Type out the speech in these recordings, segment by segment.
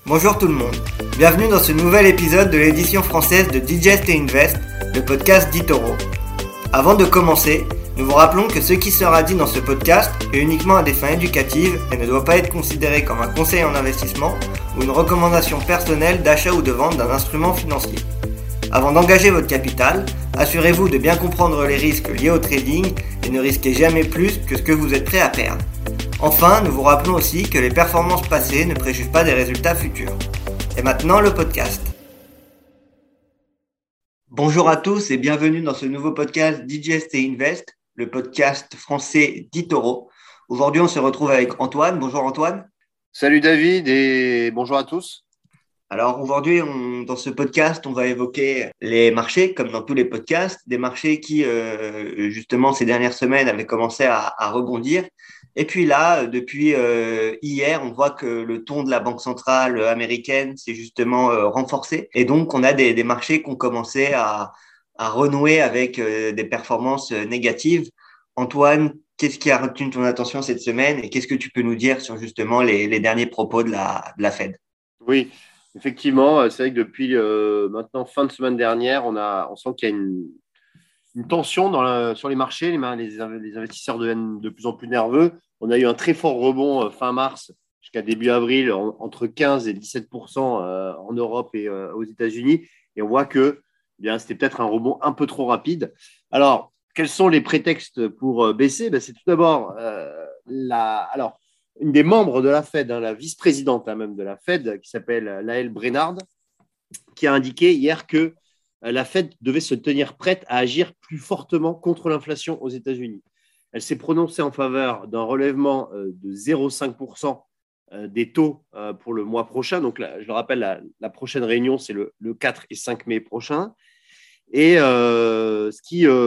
Bonjour tout le monde, bienvenue dans ce nouvel épisode de l'édition française de Digest et Invest, le podcast d'eToro. Avant de commencer, nous vous rappelons que ce qui sera dit dans ce podcast est uniquement à des fins éducatives et ne doit pas être considéré comme un conseil en investissement ou une recommandation personnelle d'achat ou de vente d'un instrument financier. Avant d'engager votre capital, assurez-vous de bien comprendre les risques liés au trading et ne risquez jamais plus que ce que vous êtes prêt à perdre. Enfin, nous vous rappelons aussi que les performances passées ne préjugent pas des résultats futurs. Et maintenant, le podcast. Bonjour à tous et bienvenue dans ce nouveau podcast Digest et Invest, le podcast français d'eToro. Aujourd'hui, on se retrouve avec Antoine. Bonjour Antoine. Salut David et bonjour à tous. Alors aujourd'hui, dans ce podcast, on va évoquer les marchés, comme dans tous les podcasts, des marchés qui, justement, ces dernières semaines avaient commencé à rebondir. Et puis là, depuis hier, on voit que le ton de la Banque centrale américaine s'est justement renforcé. Et donc, on a des marchés qui ont commencé à renouer avec des performances négatives. Antoine, qu'est-ce qui a retenu ton attention cette semaine et qu'est-ce que tu peux nous dire sur justement les derniers propos de la Fed? Oui, effectivement, c'est vrai que depuis maintenant fin de semaine dernière, on sent qu'il y a une tension sur les marchés. Les investisseurs deviennent de plus en plus nerveux. On a eu un très fort rebond fin mars jusqu'à début avril, entre 15 et 17% en Europe et aux États-Unis. Et on voit que c'était peut-être un rebond un peu trop rapide. Alors, quels sont les prétextes pour baisser? C'est tout d'abord une des membres de la Fed, la vice-présidente même de la Fed, qui s'appelle Lael Brainard, qui a indiqué hier que la Fed devait se tenir prête à agir plus fortement contre l'inflation aux États-Unis. Elle s'est prononcée en faveur d'un relèvement de 0,5% des taux pour le mois prochain. Donc, je le rappelle, la prochaine réunion, c'est le 4 et 5 mai prochain. Et ce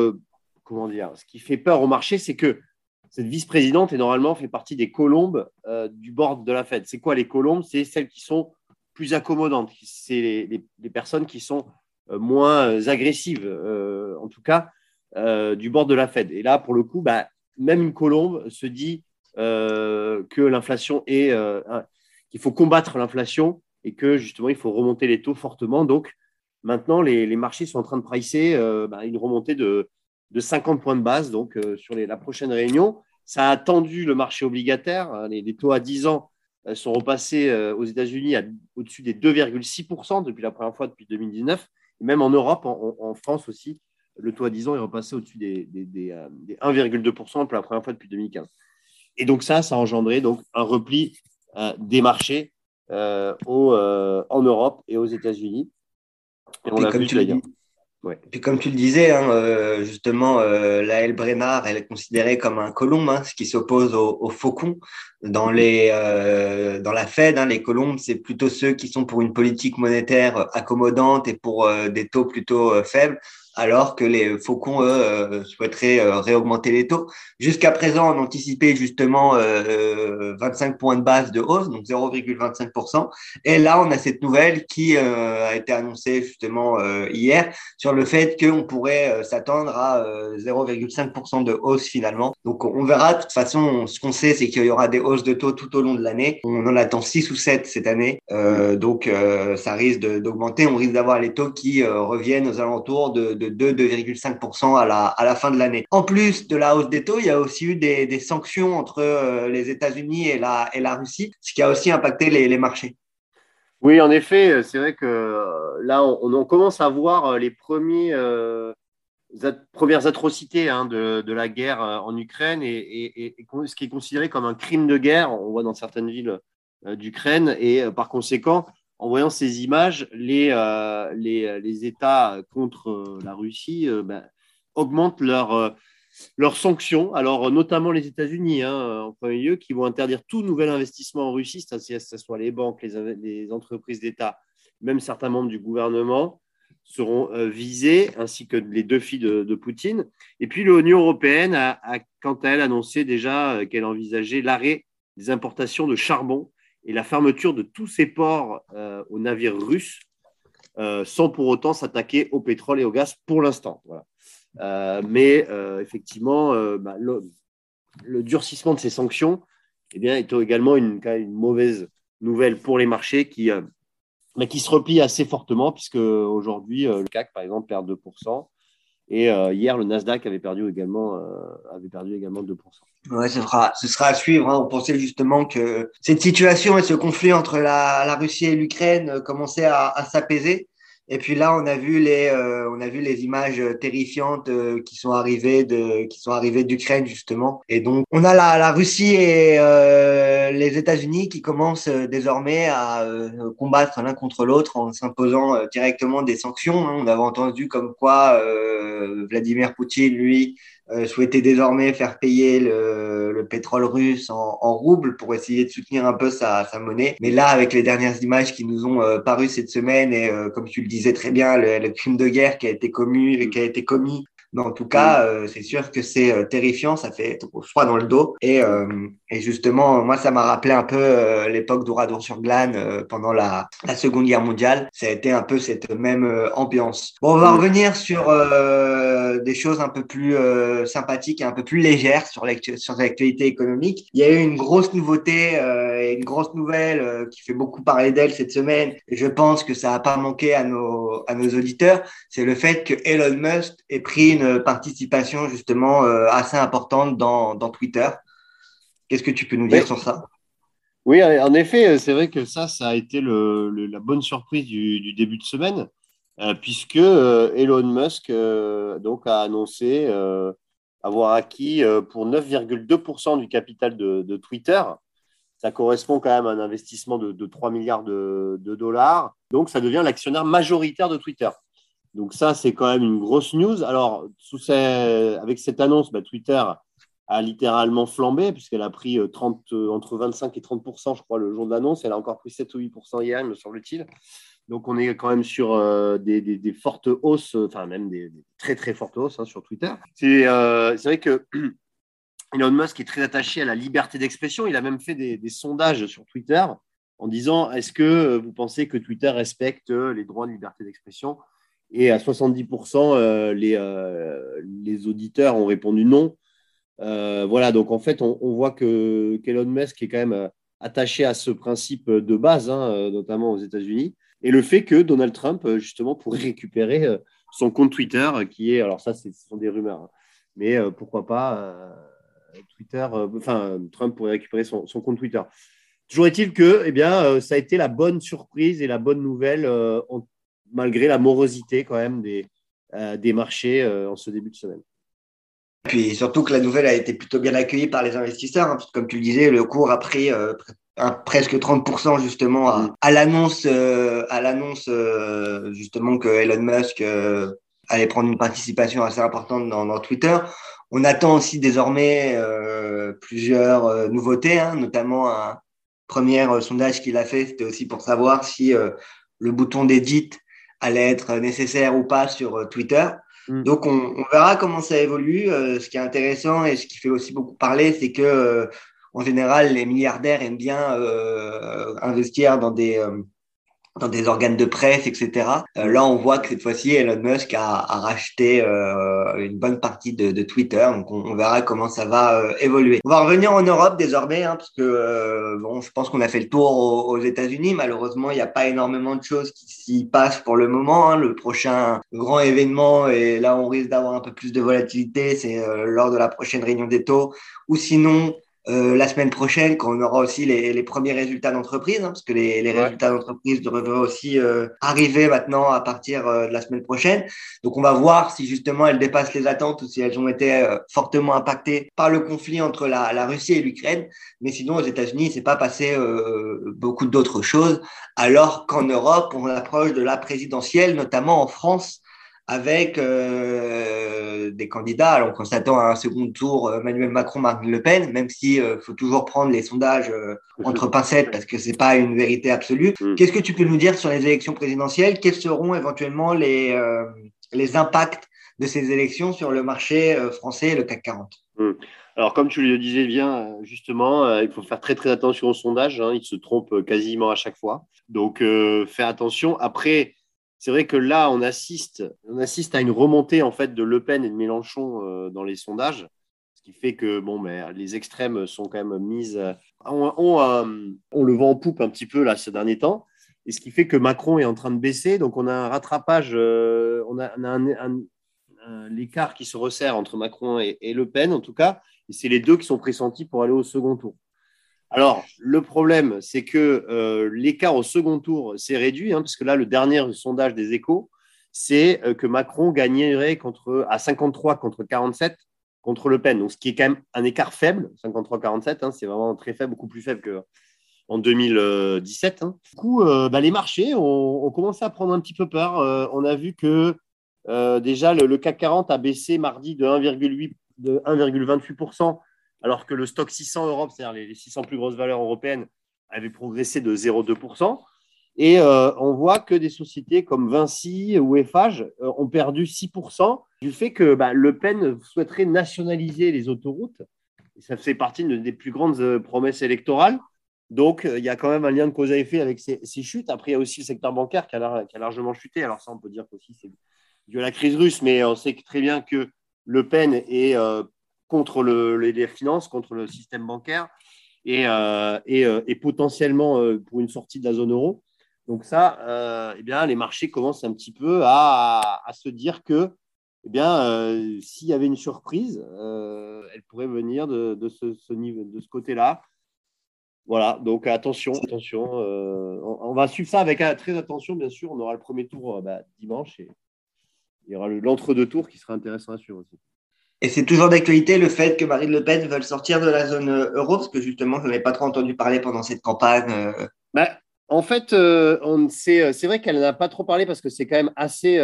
qui fait peur au marché, c'est que cette vice-présidente, normalement, fait partie des colombes du board de la Fed. C'est quoi les colombes? C'est celles qui sont plus accommodantes. C'est les personnes qui sont moins agressives, en tout cas, du board de la Fed. Et là, pour le coup, même une colombe se dit que l'inflation qu'il faut combattre l'inflation et que, justement, il faut remonter les taux fortement. Donc, maintenant, les marchés sont en train de pricer une remontée de 50 points de base donc, sur la prochaine réunion. Ça a tendu le marché obligataire. Les taux à 10 ans sont repassés aux États-Unis au-dessus des 2,6% depuis la première fois depuis 2019. Et même en Europe, en France aussi, le taux à 10 ans est repassé au-dessus des 1,2% pour la première fois depuis 2015. Et donc ça a engendré donc, un repli des marchés en Europe et aux États-Unis. Et on l'a vu d'ailleurs. Ouais. Et puis comme tu le disais, justement, Lael Brainard, elle est considérée comme un colombe, ce qui s'oppose aux faucons. Dans la Fed, les colombes, c'est plutôt ceux qui sont pour une politique monétaire accommodante et pour des taux plutôt faibles, alors que les faucons, eux, souhaiteraient réaugmenter les taux. Jusqu'à présent, on anticipait justement 25 points de base de hausse, donc 0,25%. Et là, on a cette nouvelle qui a été annoncée justement hier sur le fait qu'on pourrait s'attendre à 0,5% de hausse finalement. Donc, on verra. De toute façon, ce qu'on sait, c'est qu'il y aura des hausses de taux tout au long de l'année. On en attend 6 ou 7 cette année. Donc, ça risque d'augmenter. On risque d'avoir les taux qui reviennent aux alentours de 2,5% à la fin de l'année. En plus de la hausse des taux, il y a aussi eu des sanctions entre les États-Unis et la Russie, ce qui a aussi impacté les marchés. Oui, en effet, c'est vrai que là, on commence à voir les premières atrocités de la guerre en Ukraine et ce qui est considéré comme un crime de guerre, on voit dans certaines villes d'Ukraine. Et par conséquent, en voyant ces images, les États contre la Russie augmentent leurs sanctions, alors notamment les États-Unis en premier lieu, qui vont interdire tout nouvel investissement en Russie, que ce soit les banques, les entreprises d'État, même certains membres du gouvernement seront visés, ainsi que les deux filles de Poutine. Et puis l'Union européenne a quant à elle annoncé déjà qu'elle envisageait l'arrêt des importations de charbon et la fermeture de tous ces ports aux navires russes, sans pour autant s'attaquer au pétrole et au gaz pour l'instant. Voilà. Mais effectivement, le durcissement de ces sanctions est également une mauvaise nouvelle pour les marchés qui se replie assez fortement, puisque aujourd'hui, le CAC, par exemple, perd 2%. Et hier, le Nasdaq avait perdu également 2%. Ouais, ce sera à suivre. On pensait justement que cette situation et ce conflit entre la Russie et l'Ukraine commençaient à s'apaiser. Et puis là, on a vu les images terrifiantes qui sont arrivées d'Ukraine justement. Et donc, on a la Russie et les États-Unis qui commencent désormais à combattre l'un contre l'autre en s'imposant directement des sanctions. On avait entendu comme quoi Vladimir Poutine, lui, souhaitait désormais faire payer le pétrole russe en roubles pour essayer de soutenir un peu sa monnaie. Mais là, avec les dernières images qui nous ont paru cette semaine et comme tu le disais très bien, le crime de guerre qui a été commis. Mais en tout cas, c'est sûr que c'est terrifiant, ça fait trop froid dans le dos. Et justement, moi, ça m'a rappelé un peu l'époque d'Ouradour-sur-Glane pendant la Seconde Guerre mondiale. Ça a été un peu cette même ambiance. Bon, on va revenir sur des choses un peu plus sympathiques et un peu plus légères sur l'actualité économique. Il y a eu une grosse nouveauté et une grosse nouvelle qui fait beaucoup parler d'elle cette semaine. Et je pense que ça n'a pas manqué à nos auditeurs. C'est le fait que Elon Musk ait pris une participation justement assez importante dans Twitter. Qu'est-ce que tu peux nous dire sur ça? Oui, en effet, c'est vrai que ça a été la bonne surprise du début de semaine, puisque Elon Musk donc a annoncé avoir acquis pour 9,2% du capital de Twitter. Ça correspond quand même à un investissement de 3 milliards de dollars. Donc, ça devient l'actionnaire majoritaire de Twitter. Donc, ça, c'est quand même une grosse news. Alors, avec cette annonce, Twitter a littéralement flambé, puisqu'elle a pris entre 25 et 30%, je crois, le jour de l'annonce. Elle a encore pris 7 ou 8% hier, me semble-t-il. Donc, on est quand même sur des fortes hausses, enfin, même des très, très fortes hausses sur Twitter. C'est vrai que Elon Musk est très attaché à la liberté d'expression. Il a même fait des sondages sur Twitter en disant « Est-ce que vous pensez que Twitter respecte les droits de liberté d'expression ?» Et à 70%, les auditeurs ont répondu non. Voilà, donc en fait, on voit qu'Elon Musk est quand même attaché à ce principe de base, notamment aux États-Unis. Et le fait que Donald Trump, justement, pourrait récupérer son compte Twitter, qui est, alors ça, ce sont des rumeurs, mais pourquoi pas Trump pourrait récupérer son compte Twitter. Toujours est-il que ça a été la bonne surprise et la bonne nouvelle, malgré la morosité quand même des marchés en ce début de semaine. Puis surtout que la nouvelle a été plutôt bien accueillie par les investisseurs, parce que comme tu le disais, le cours a pris presque 30% justement à l'annonce justement que Elon Musk allait prendre une participation assez importante dans Twitter. On attend aussi désormais plusieurs nouveautés, notamment un premier sondage qu'il a fait, c'était aussi pour savoir si le bouton d'édit allait être nécessaire ou pas sur Twitter. Donc, on verra comment ça évolue. Ce qui est intéressant et ce qui fait aussi beaucoup parler, c'est que en général, les milliardaires aiment bien investir dans des organes de presse, etc. Là, on voit que cette fois-ci, Elon Musk a racheté une bonne partie de Twitter. Donc, on verra comment ça va évoluer. On va revenir en Europe désormais, parce que je pense qu'on a fait le tour aux États-Unis. Malheureusement, il n'y a pas énormément de choses qui s'y passent pour le moment. Le prochain grand événement, et là, on risque d'avoir un peu plus de volatilité, c'est lors de la prochaine réunion des taux, ou sinon la semaine prochaine, quand on aura aussi les premiers résultats d'entreprise, parce que les résultats d'entreprise devraient aussi arriver maintenant à partir de la semaine prochaine. Donc, on va voir si justement elles dépassent les attentes ou si elles ont été fortement impactées par le conflit entre la Russie et l'Ukraine. Mais sinon, aux États-Unis, il ne s'est pas passé beaucoup d'autres choses, alors qu'en Europe, on approche de la présidentielle, notamment en France, avec des candidats. Alors, on s'attend à un second tour Emmanuel Macron, Marine Le Pen, même si faut toujours prendre les sondages entre pincettes parce que c'est pas une vérité absolue. Qu'est-ce que tu peux nous dire sur les élections présidentielles? Quels seront éventuellement les impacts de ces élections sur le marché français et le CAC 40? Alors, comme tu le disais bien, justement, il faut faire très, très attention aux sondages. Ils se trompent quasiment à chaque fois. Donc, fais attention. Après, c'est vrai que là, on assiste à une remontée en fait de Le Pen et de Mélenchon dans les sondages, Ce qui fait que les extrêmes sont quand même on le vent en poupe un petit peu là ces derniers temps. Et ce qui fait que Macron est en train de baisser. Donc, on a un rattrapage, on a l'écart qui se resserre entre Macron et Le Pen, en tout cas. Et c'est les deux qui sont pressentis pour aller au second tour. Alors, le problème, c'est que l'écart au second tour s'est réduit, parce que là, le dernier sondage des Échos, c'est que Macron gagnerait à 53 contre 47 contre Le Pen. Donc, ce qui est quand même un écart faible, 53-47, c'est vraiment très faible, beaucoup plus faible qu'en 2017. Du coup, les marchés ont commencé à prendre un petit peu peur. On a vu que déjà, le CAC 40 a baissé mardi de 1,28%, alors que le stock 600 Europe, c'est-à-dire les 600 plus grosses valeurs européennes, avait progressé de 0,2%. Et on voit que des sociétés comme Vinci ou Eiffage ont perdu 6% du fait que Le Pen souhaiterait nationaliser les autoroutes. Et ça fait partie des plus grandes promesses électorales. Donc, il y a quand même un lien de cause à effet avec ces chutes. Après, il y a aussi le secteur bancaire qui a largement chuté. Alors ça, on peut dire qu'aussi c'est dû à la crise russe, mais on sait très bien que Le Pen est contre les finances, contre le système bancaire et potentiellement pour une sortie de la zone euro. Donc ça, les marchés commencent un petit peu à se dire que s'il y avait une surprise, elle pourrait venir de ce niveau, de ce côté-là. Voilà, donc attention. On va suivre ça avec très attention, bien sûr. On aura le premier tour dimanche et il y aura l'entre-deux tours qui sera intéressant à suivre aussi. Et c'est toujours d'actualité le fait que Marine Le Pen veuille sortir de la zone euro, parce que justement, je n'en ai pas trop entendu parler pendant cette campagne. En fait, c'est vrai qu'elle n'a pas trop parlé parce que c'est quand même assez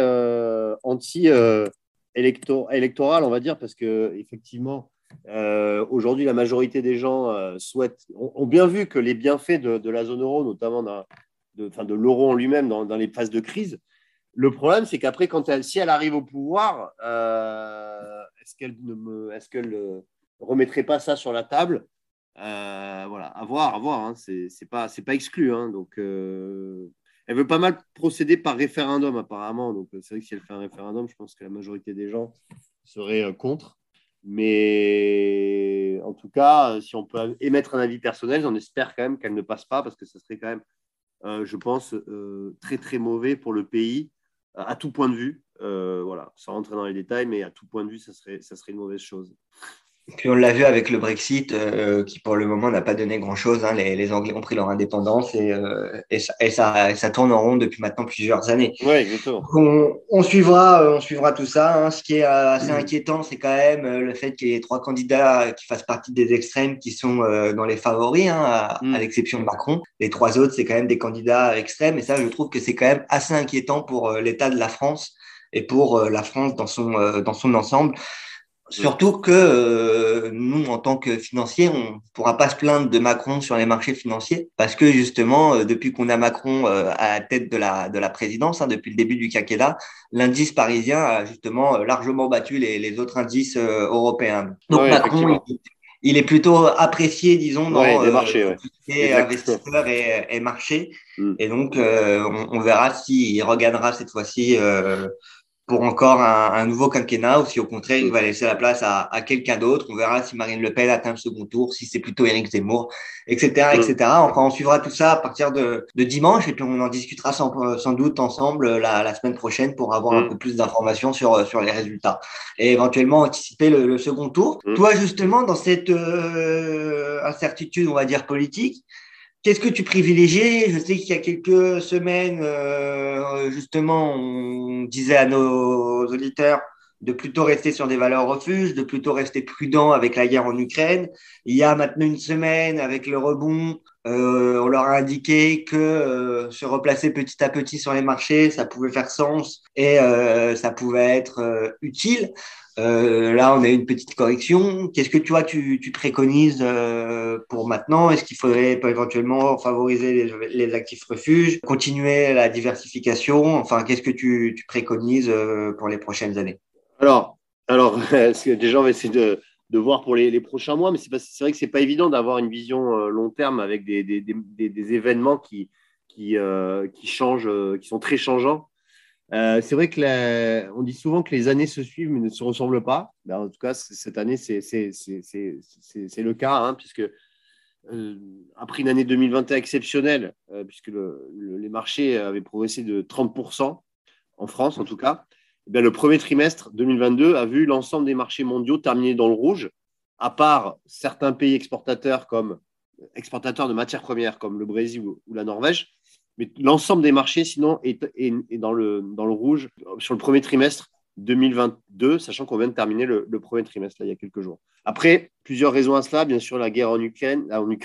anti-électoral, on va dire, parce que effectivement, aujourd'hui, la majorité des gens ont bien vu que les bienfaits de la zone euro, notamment de l'euro en lui-même dans les phases de crise. Le problème, c'est qu'après, si elle arrive au pouvoir, est-ce qu'elle ne remettrait pas ça sur la table? Voilà, à voir. C'est pas exclu. Donc, elle veut pas mal procéder par référendum, apparemment. Donc, c'est vrai que si elle fait un référendum, je pense que la majorité des gens seraient contre. Mais en tout cas, si on peut émettre un avis personnel, j'en espère quand même qu'elle ne passe pas parce que ça serait quand même, je pense, très, très mauvais pour le pays à tout point de vue. Voilà, sans rentrer dans les détails, mais à tout point de vue, ça serait une mauvaise chose. Puis on l'a vu avec le Brexit, qui pour le moment n'a pas donné grand-chose. Les Anglais ont pris leur indépendance et ça tourne en rond depuis maintenant plusieurs années. Oui, exactement. On suivra tout ça. Ce qui est assez inquiétant, c'est quand même le fait qu'il y ait trois candidats qui fassent partie des extrêmes qui sont dans les favoris, à l'exception de Macron. Les trois autres, c'est quand même des candidats extrêmes. Et ça, je trouve que c'est quand même assez inquiétant pour l'état de la France et pour la France dans son ensemble. Surtout que nous, en tant que financiers, on ne pourra pas se plaindre de Macron sur les marchés financiers parce que justement, depuis qu'on a Macron à la tête de la présidence, depuis le début du quinquennat, l'indice parisien a justement largement battu les autres indices européens. Donc Macron, il est plutôt apprécié, disons, dans des marchés, les investisseurs et marchés. Et donc, on verra s'il regagnera cette fois-ci pour encore un nouveau quinquennat ou si au contraire il va laisser la place à quelqu'un d'autre. On verra si Marine Le Pen atteint le second tour, si c'est plutôt Éric Zemmour, etc., etc. Enfin, on suivra tout ça à partir de dimanche et puis on en discutera sans doute ensemble la semaine prochaine pour avoir un peu plus d'informations sur les résultats et éventuellement anticiper le second tour. Toi, justement, dans cette incertitude, on va dire politique, qu'est-ce que tu privilégies? Je sais qu'il y a quelques semaines, justement, on disait à nos auditeurs de plutôt rester sur des valeurs refuges, de plutôt rester prudent avec la guerre en Ukraine. Il y a maintenant une semaine, avec le rebond, on leur a indiqué que se replacer petit à petit sur les marchés, ça pouvait faire sens et ça pouvait être utile. Là, on a eu une petite correction. Qu'est-ce que tu préconises pour maintenant? Est-ce qu'il faudrait éventuellement favoriser les actifs refuges, continuer la diversification? Enfin, qu'est-ce que tu préconises pour les prochaines années? Alors déjà, on va essayer de voir pour les prochains mois, mais c'est vrai que c'est pas évident d'avoir une vision long terme avec des événements qui changent, qui sont très changeants. C'est vrai que on dit souvent que les années se suivent mais ne se ressemblent pas. Ben, en tout cas, cette année, c'est le cas, hein, puisque après une année 2021 exceptionnelle, puisque les marchés avaient progressé de 30% en France en tout cas, eh bien, le premier trimestre 2022 a vu l'ensemble des marchés mondiaux terminer dans le rouge, à part certains pays exportateurs de matières premières comme le Brésil ou la Norvège. Mais l'ensemble des marchés, sinon, est dans le rouge sur le premier trimestre 2022, sachant qu'on vient de terminer le premier trimestre, là, il y a quelques jours. Après, plusieurs raisons à cela. Bien sûr, la guerre en Ukraine,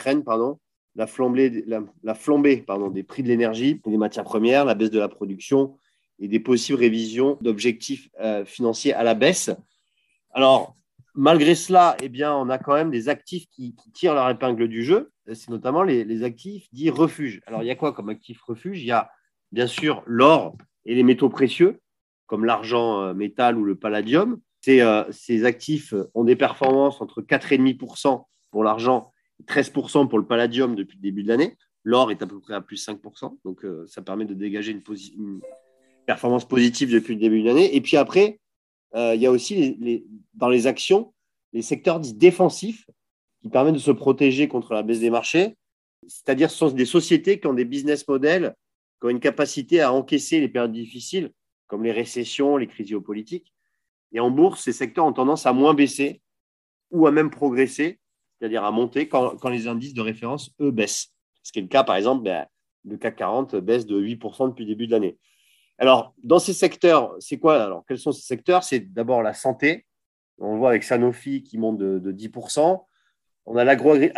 la flambée des prix de l'énergie, des matières premières, la baisse de la production et des possibles révisions d'objectifs financiers à la baisse. Alors, malgré cela, eh bien, on a quand même des actifs qui tirent leur épingle du jeu. C'est notamment les actifs dits refuges. Alors, il y a quoi comme actifs refuges? Il y a bien sûr l'or et les métaux précieux, comme l'argent métal ou le palladium. Ces actifs ont des performances entre 4,5% pour l'argent et 13% pour le palladium depuis le début de l'année. L'or est à peu près à plus 5%, donc ça permet de dégager une performance positive depuis le début de l'année. Et puis après, il y a aussi dans les actions, les secteurs dits défensifs qui permettent de se protéger contre la baisse des marchés. C'est-à-dire ce sont des sociétés qui ont des business models, qui ont une capacité à encaisser les périodes difficiles, comme les récessions, les crises géopolitiques. Et en bourse, ces secteurs ont tendance à moins baisser ou à même progresser, c'est-à-dire à monter quand les indices de référence, eux, baissent. Ce qui est le cas, par exemple, le CAC 40 baisse de 8% depuis le début de l'année. Alors, dans ces secteurs, c'est quoi? Alors, quels sont ces secteurs? C'est d'abord la santé. On le voit avec Sanofi qui monte de 10%. On a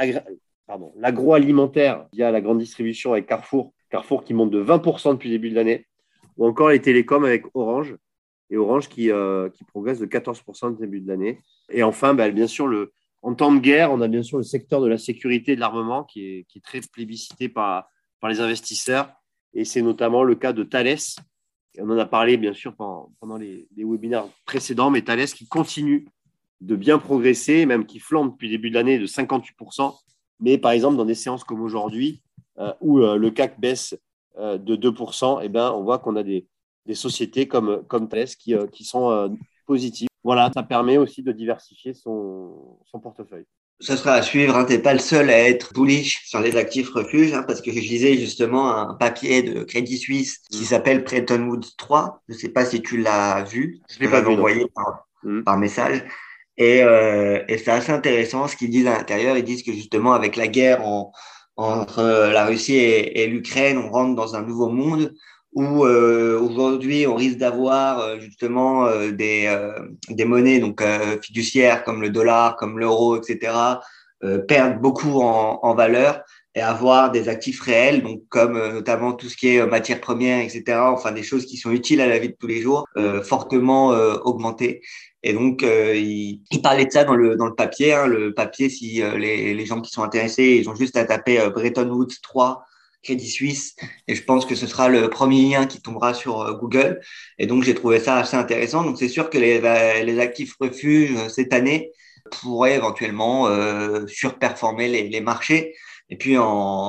l'agroalimentaire via la grande distribution avec Carrefour qui monte de 20% depuis le début de l'année. Ou encore les télécoms avec Orange. Et Orange qui progresse de 14% depuis le début de l'année. Et enfin, bien sûr, en temps de guerre, on a bien sûr le secteur de la sécurité et de l'armement qui est très plébiscité par les investisseurs. Et c'est notamment le cas de Thales. Et on en a parlé, bien sûr, pendant les webinaires précédents, mais Thales qui continue de bien progresser, même qui flambe depuis le début de l'année de 58%. Mais par exemple, dans des séances comme aujourd'hui, où le CAC baisse de 2%, on voit qu'on a des sociétés comme Thales qui sont positives. Voilà, ça permet aussi de diversifier son portefeuille. Ça sera à suivre, hein. T'es pas le seul à être bullish sur les actifs refuges, hein, parce que je lisais justement un papier de Crédit Suisse qui s'appelle Bretton Woods 3. Je sais pas si tu l'as vu. Je Je ne te l'ai pas l'avais vu, non. envoyé par message. Et c'est assez intéressant ce qu'ils disent à l'intérieur. Ils disent que justement avec la guerre entre la Russie et l'Ukraine, on rentre dans un nouveau monde où aujourd'hui on risque d'avoir justement des monnaies donc fiduciaires comme le dollar, comme l'euro, etc. Perdre beaucoup en valeur et avoir des actifs réels, donc comme notamment tout ce qui est matières premières, etc. Enfin des choses qui sont utiles à la vie de tous les jours, fortement augmenter. Et donc, il parlait de ça dans le papier. Hein. Le papier, si les gens qui sont intéressés, ils ont juste à taper Bretton Woods 3 Crédit Suisse. Et je pense que ce sera le premier lien qui tombera sur Google. Et donc, j'ai trouvé ça assez intéressant. Donc, c'est sûr que les actifs refuges cette année pourraient éventuellement surperformer les marchés. Et puis,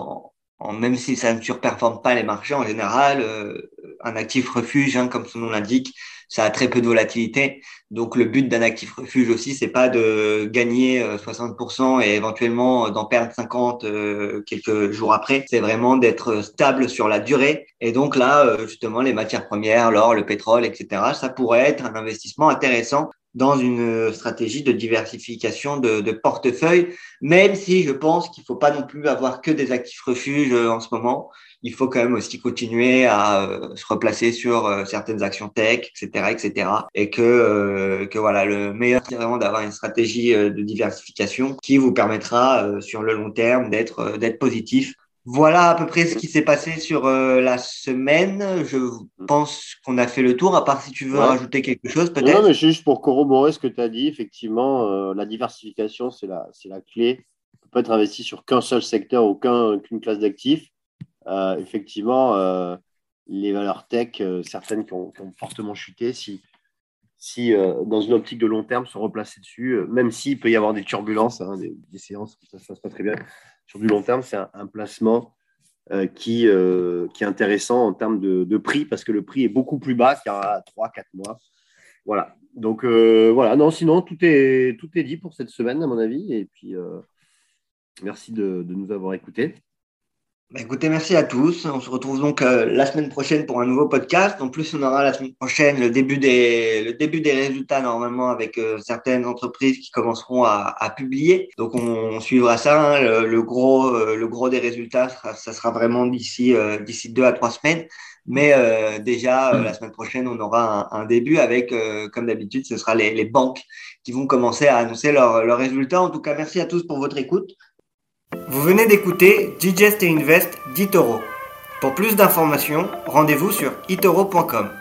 même si ça ne surperforme pas les marchés en général, un actif refuge, hein, comme son nom l'indique, ça a très peu de volatilité. Donc, le but d'un actif refuge aussi, c'est pas de gagner 60% et éventuellement d'en perdre 50 quelques jours après. C'est vraiment d'être stable sur la durée. Et donc là, justement, les matières premières, l'or, le pétrole, etc., ça pourrait être un investissement intéressant dans une stratégie de diversification de portefeuille, même si je pense qu'il ne faut pas non plus avoir que des actifs refuges en ce moment. Il faut quand même aussi continuer à se replacer sur certaines actions tech, etc., etc. Et que voilà, le meilleur, c'est vraiment d'avoir une stratégie de diversification qui vous permettra sur le long terme d'être positif. Voilà à peu près ce qui s'est passé sur la semaine. Je pense qu'on a fait le tour, à part si tu veux Ouais. rajouter quelque chose, Non, peut-être. mais juste pour corroborer ce que tu as dit, effectivement, la diversification, c'est la clé. On ne peut pas être investi sur qu'un seul secteur ou qu'une classe d'actifs. Effectivement, les valeurs tech, certaines qui ont fortement chuté, si dans une optique de long terme, se replacer dessus, même s'il peut y avoir des turbulences, hein, des séances, ça se passe pas très bien. Sur du long terme, c'est un placement qui est intéressant en termes de prix, parce que le prix est beaucoup plus bas qu'il y a 3-4 mois. Voilà. Donc, voilà. Non, sinon, tout est dit pour cette semaine, à mon avis. Et puis, merci de nous avoir écoutés. Bah, écoutez, merci à tous. On se retrouve donc la semaine prochaine pour un nouveau podcast. En plus, on aura la semaine prochaine le début des résultats normalement avec certaines entreprises qui commenceront à publier. Donc, on suivra ça. Hein. Le gros des résultats, ça sera vraiment d'ici 2 à 3 semaines. Mais déjà, la semaine prochaine, on aura un début avec, comme d'habitude, ce sera les banques qui vont commencer à annoncer leurs résultats. En tout cas, merci à tous pour votre écoute. Vous venez d'écouter Digest et Invest d'eToro. Pour plus d'informations, rendez-vous sur etoro.com.